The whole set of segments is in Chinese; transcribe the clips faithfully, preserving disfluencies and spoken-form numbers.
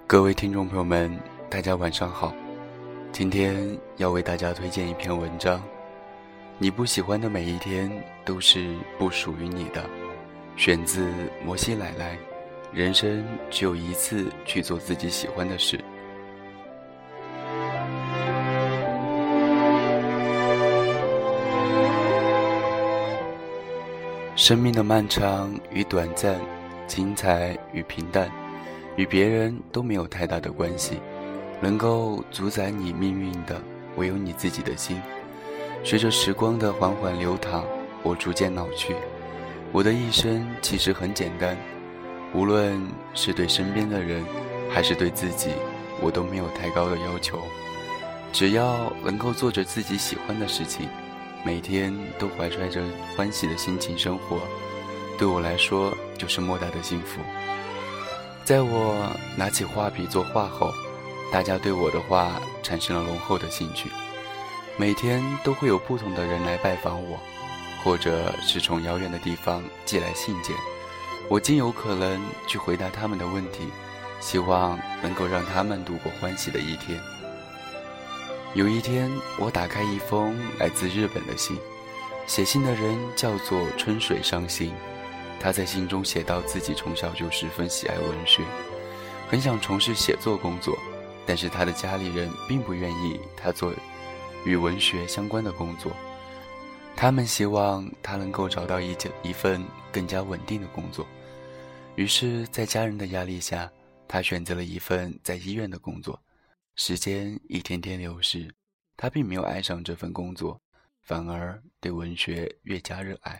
各位听众朋友们，大家晚上好。今天要为大家推荐一篇文章，你不喜欢的每一天都是不属于你的，选自摩西奶奶。人生只有一次去做自己喜欢的事。生命的漫长与短暂，精彩与平淡，与别人都没有太大的关系，能够主宰你命运的唯有你自己的心。随着时光的缓缓流淌，我逐渐老去。我的一生其实很简单，无论是对身边的人还是对自己，我都没有太高的要求，只要能够做着自己喜欢的事情，每天都怀揣着欢喜的心情生活，对我来说就是莫大的幸福。在我拿起画笔作画后，大家对我的画产生了浓厚的兴趣。每天都会有不同的人来拜访我，或者是从遥远的地方寄来信件，我尽有可能去回答他们的问题，希望能够让他们度过欢喜的一天。有一天，我打开一封来自日本的信，写信的人叫做春水上行。他在信中写道，自己从小就十分喜爱文学，很想从事写作工作，但是他的家里人并不愿意他做与文学相关的工作，他们希望他能够找到一一份更加稳定的工作。于是在家人的压力下，他选择了一份在医院的工作。时间一天天流逝，他并没有爱上这份工作，反而对文学越加热爱。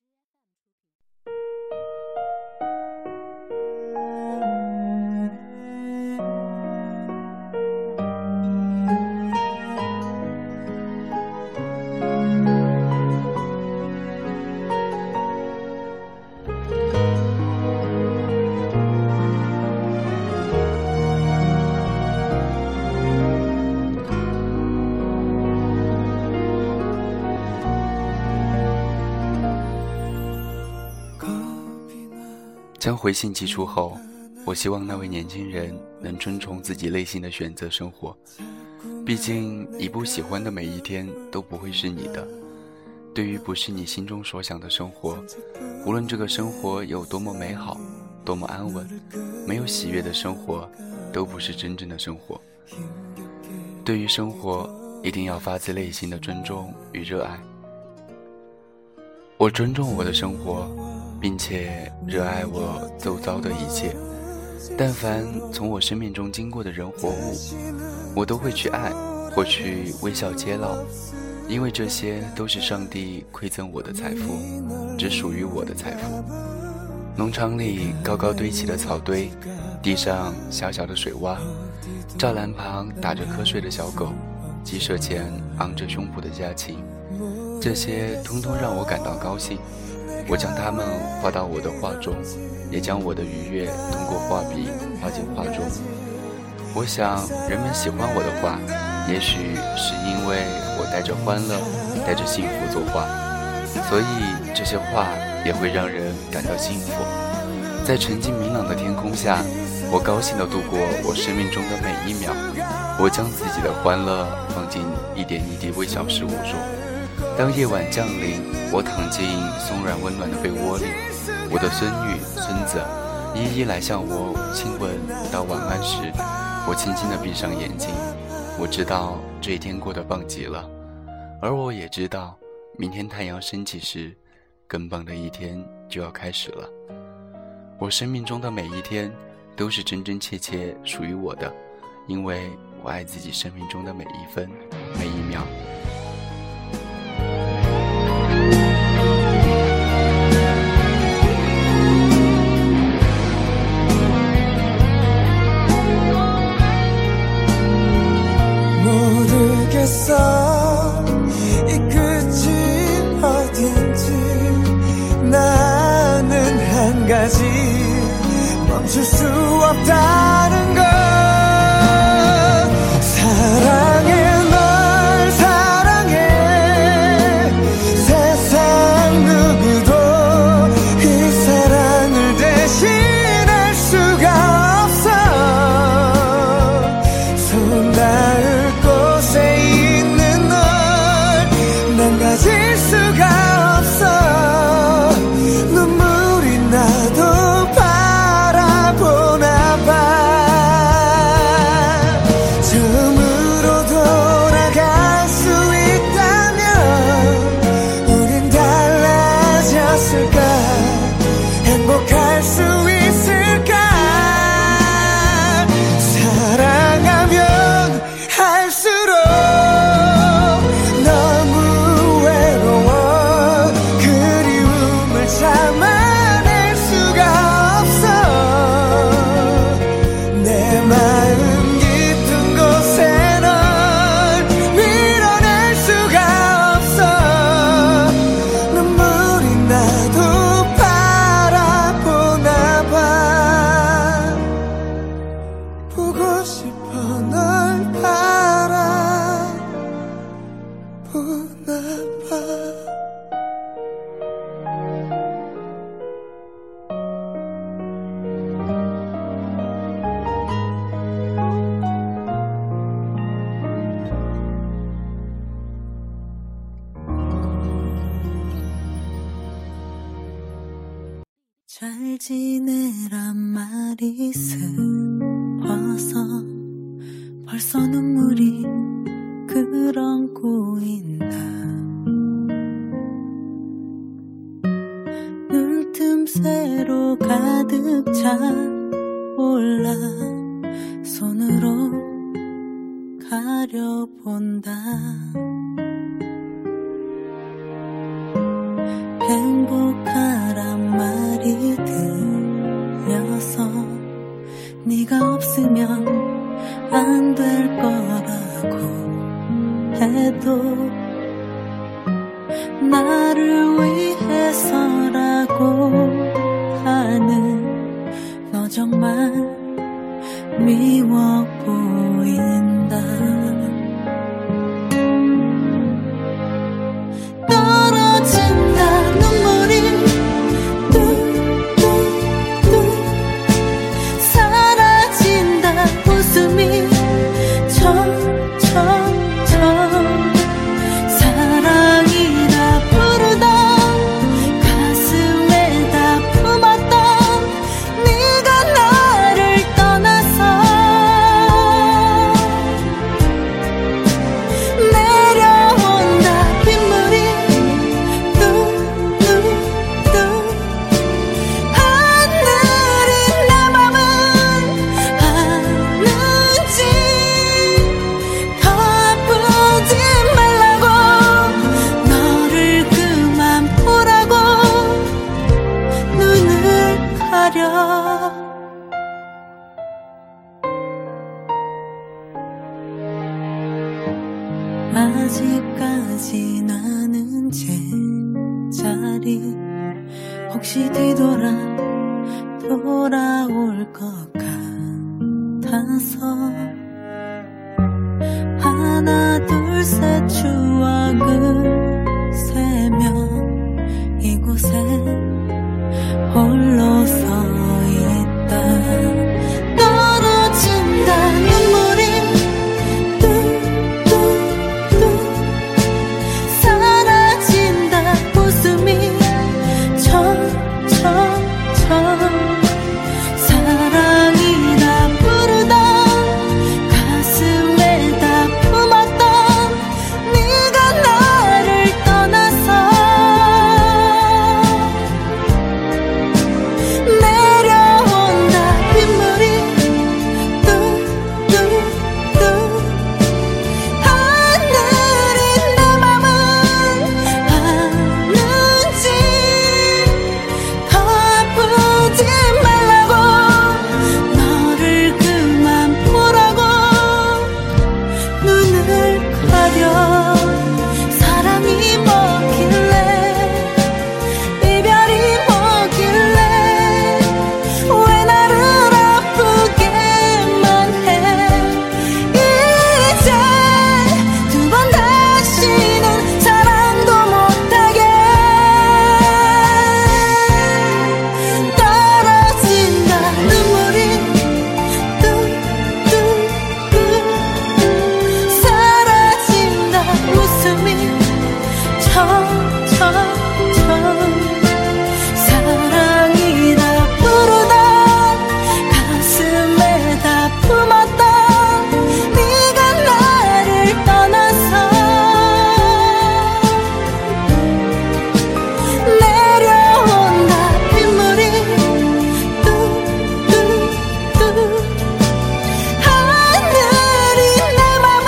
将回信寄出后，我希望那位年轻人能遵从自己内心的选择生活。毕竟你不喜欢的每一天都不会是你的。对于不是你心中所想的生活，无论这个生活有多么美好，多么安稳，没有喜悦的生活都不是真正的生活。对于生活，一定要发自内心的尊重与热爱。我尊重我的生活，并且热爱我周遭的一切，但凡从我生命中经过的人活物，我都会去爱或去微笑接纳，因为这些都是上帝馈赠我的财富，只属于我的财富。农场里高高堆起的草堆，地上小小的水洼，栅栏旁打着瞌睡的小狗，鸡舍前昂着胸脯的家禽，这些通通让我感到高兴。我将它们画到我的画中，也将我的愉悦通过画笔画进画中。我想人们喜欢我的画，也许是因为我带着欢乐，带着幸福作画，所以这些画也会让人感到幸福。在沉静明朗的天空下，我高兴地度过我生命中的每一秒。我将自己的欢乐放进一点一滴微小事物中。当夜晚降临，我躺进松软温暖的被窝里，我的孙女孙子一一来向我亲吻到晚安时，我轻轻地闭上眼睛。我知道这一天过得棒极了，而我也知道明天太阳升起时，更棒的一天就要开始了。我生命中的每一天都是真真切切属于我的，因为我爱自己生命中的每一分每一秒。 대신할 수가 없어 잘 지내란 말이 슬퍼서 벌써 눈물이 그런 꼬인다. 눈틈새로 가득 찬 올라 손으로 가려본다. 행복하란 말이 들려서 네가 없으면 안 될 거라고 해도 나를 위해서라고 하는 너 정말 미워 보인다. 떨어진다 눈물이 뚝뚝뚝 사라진다 웃음이 점점점 사랑이라 부르던 가슴에다 품었던 네가 나를 떠나서 내려온다 빗물이 뚝뚝뚝 하늘이 내 맘은 아는지 더 아프지 말라고 너를 그만 보라고 눈을 가려. 아직까지 나는 제자리 혹시 뒤돌아 돌아올 것 같아서 하나 둘 셋 추억을 세며 이곳에 홀로 서 있다. 떨어진다 눈물이 뚝뚝뚝 사라진다 웃음이 점점점 사랑이라 부르던 가슴에다 품었던 네가 나를 떠나서 내려온다 빗물이 뚝뚝뚝 하늘이 내 맘은 아는지 더 아프지 말라고 너를 그만 보라고 눈을 가려. 사랑이 뭐길래 이별이 뭐길래 왜 나를 아프게만 해. 이제 두 번 다시는 사랑도 못하게 떨어진다 눈물이 뚝뚝뚝 사라진다 웃음이 점점점 사랑이라 부르던 가슴에다 품었던 네가 나를 떠나서 내려온다 빗물이 뚝뚝뚝 하늘이 내 맘은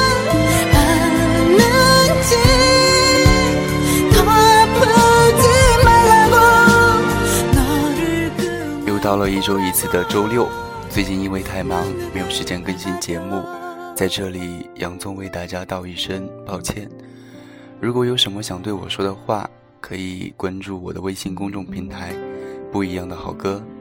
아는지 더 아프지 말라고 너를 그만 又到了一周一次的周六，最近因为太忙，没有时间更新节目，在这里洋葱为大家道一声抱歉。如果有什么想对我说的话，可以关注我的微信公众平台不一样的好歌